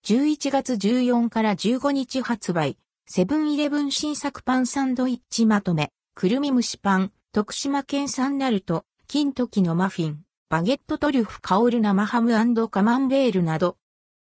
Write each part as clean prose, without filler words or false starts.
11月14から15日発売。セブンイレブン新作パンサンドイッチまとめ。くるみ蒸しパン、徳島県産ナルト、金時のマフィン、バゲットトリュフ香る生ハム&カマンベールなど。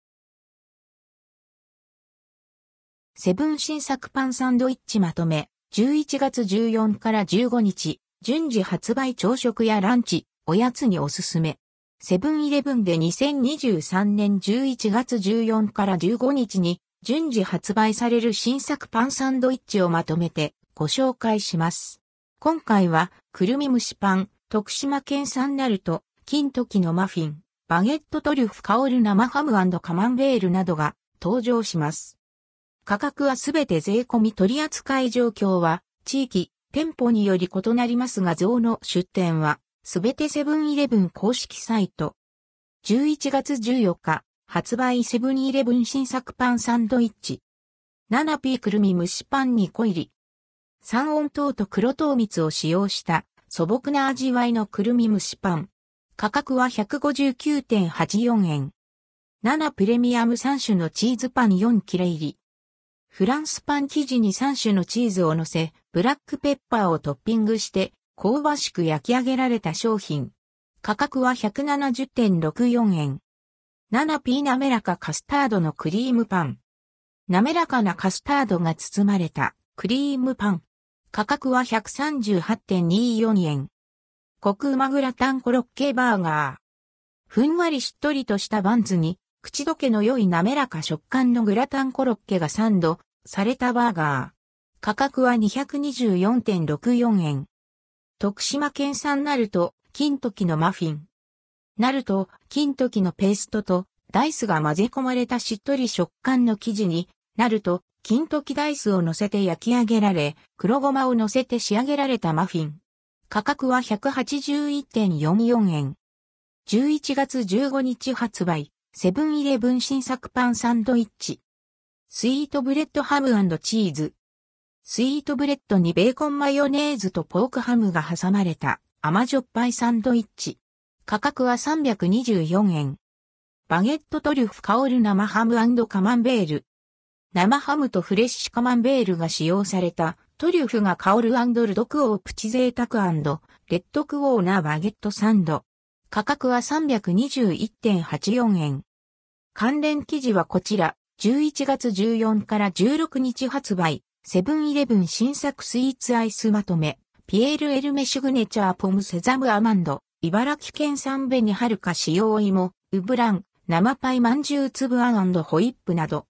セブン新作パンサンドイッチまとめ。11月14から15日。順次発売朝食やランチ、おやつにおすすめ。セブンイレブンで2023年11月14から15日に順次発売される新作パンサンドイッチをまとめてご紹介します。今回はくるみ蒸しパン、徳島県産ナルト、金時のマフィン、バゲットトリュフ香る生ハム&カマンベールなどが登場します。価格はすべて税込み取扱い状況は地域、店舗により異なりますが像の出店はすべてセブンイレブン公式サイト。11月14日発売セブンイレブン新作パンサンドイッチ。7P くるみ蒸しパン2個入り。三温糖と黒糖蜜を使用した素朴な味わいのくるみ蒸しパン。価格は 159.84 円。7プレミアム3種のチーズパン4切れ入り。フランスパン生地に3種のチーズを乗せ、ブラックペッパーをトッピングして、香ばしく焼き上げられた商品。価格は 170.64 円。7P 滑らかカスタードのクリームパン。滑らかなカスタードが包まれたクリームパン。価格は 138.24 円。コクうまグラタンコロッケバーガー。ふんわりしっとりとしたバンズに、口どけの良い滑らか食感のグラタンコロッケがサンドされたバーガー。価格は 224.64 円。徳島県産ナルト、金時のマフィン。ナルト、金時のペーストとダイスが混ぜ込まれたしっとり食感の生地に、ナルト、金時ダイスを乗せて焼き上げられ、黒ごまを乗せて仕上げられたマフィン。価格は 181.44 円。11月15日発売。セブンイレブン新作パンサンドイッチ。スイートブレッドハム&チーズ。スイートブレッドにベーコンマヨネーズとポークハムが挟まれた甘じょっぱいサンドイッチ。価格は324円。バゲットトリュフ香る生ハム&カマンベール。生ハムとフレッシュカマンベールが使用されたトリュフが香る&ルドクオープチ贅沢&レッドクオーなバゲットサンド。価格は 321.84 円。関連記事はこちら、11月14から16日発売、セブンイレブン新作スイーツアイスまとめ、ピエールエルメシグネチャーポムセザムアマンド、茨城県産紅はるか使用芋、ウブラン、生パイまんじゅう粒あん&ホイップなど。